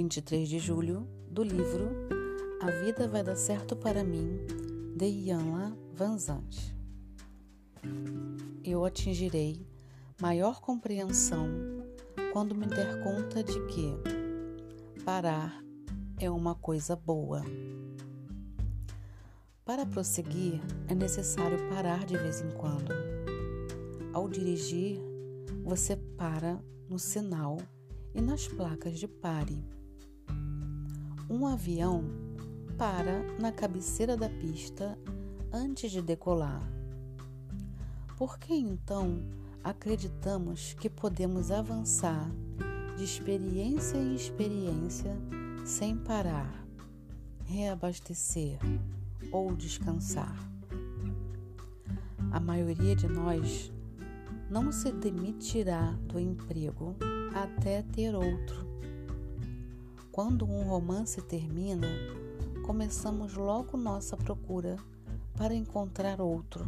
23 de julho, do livro A Vida Vai Dar Certo para Mim, de Iyanla Vanzant. Eu atingirei maior compreensão quando me der conta de que parar é uma coisa boa. Para prosseguir, é necessário parar de vez em quando. Ao dirigir, você para no sinal e nas placas de pare. Um avião para na cabeceira da pista antes de decolar. Por que então acreditamos que podemos avançar de experiência em experiência sem parar, reabastecer ou descansar? A maioria de nós não se demitirá do emprego até ter outro. Quando um romance termina, começamos logo nossa procura para encontrar outro.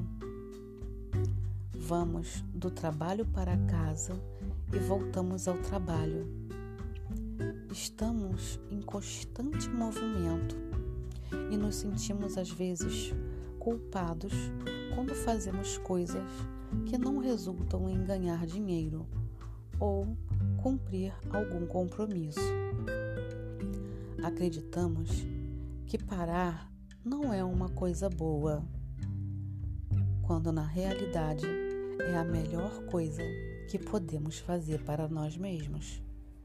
Vamos do trabalho para casa e voltamos ao trabalho. Estamos em constante movimento e nos sentimos às vezes culpados quando fazemos coisas que não resultam em ganhar dinheiro ou cumprir algum compromisso. Acreditamos que parar não é uma coisa boa, quando na realidade é a melhor coisa que podemos fazer para nós mesmos.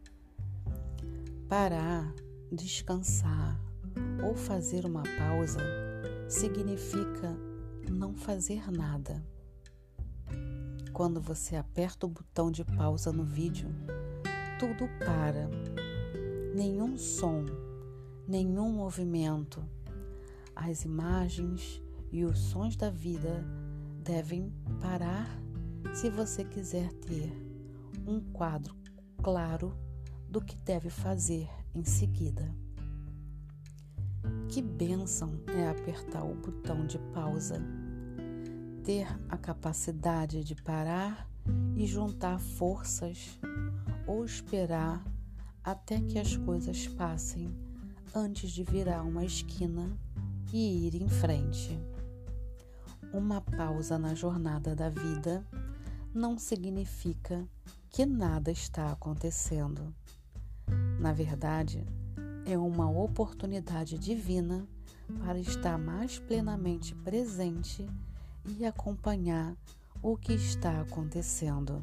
Parar, descansar ou fazer uma pausa significa não fazer nada. Quando você aperta o botão de pausa no vídeo, tudo para. Nenhum som, nenhum movimento. As imagens e os sons da vida devem parar se você quiser ter um quadro claro do que deve fazer em seguida. Que bênção é apertar o botão de pausa, ter a capacidade de parar e juntar forças ou esperar até que as coisas passem antes de virar uma esquina e ir em frente. Uma pausa na jornada da vida não significa que nada está acontecendo. Na verdade, é uma oportunidade divina para estar mais plenamente presente e acompanhar o que está acontecendo.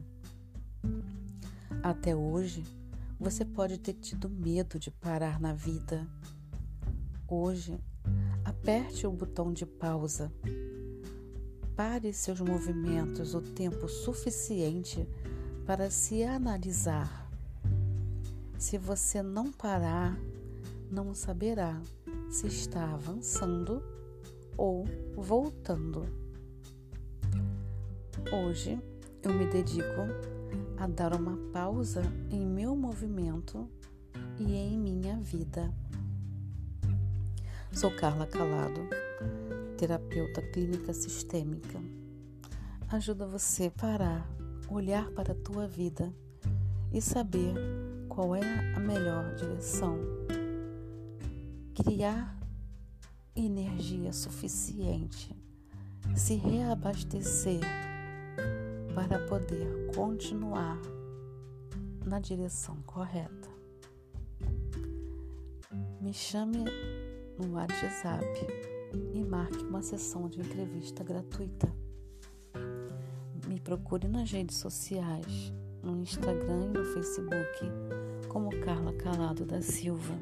Até hoje, você pode ter tido medo de parar na vida. Hoje, aperte o botão de pausa. Pare seus movimentos o tempo suficiente para se analisar. Se você não parar, não saberá se está avançando ou voltando. Hoje, eu me dedico a dar uma pausa em meu movimento e em minha vida. Sou Carla Calado, terapeuta clínica sistêmica. Ajuda você a parar, olhar para a tua vida e saber qual é a melhor direção. Criar energia suficiente, se reabastecer para poder continuar na direção correta. Me chame no WhatsApp e marque uma sessão de entrevista gratuita. Me procure nas redes sociais, no Instagram e no Facebook, como Carla Calado da Silva.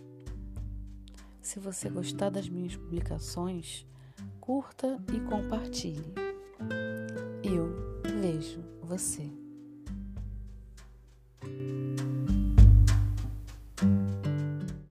Se você gostar das minhas publicações, curta e compartilhe. Eu vejo você.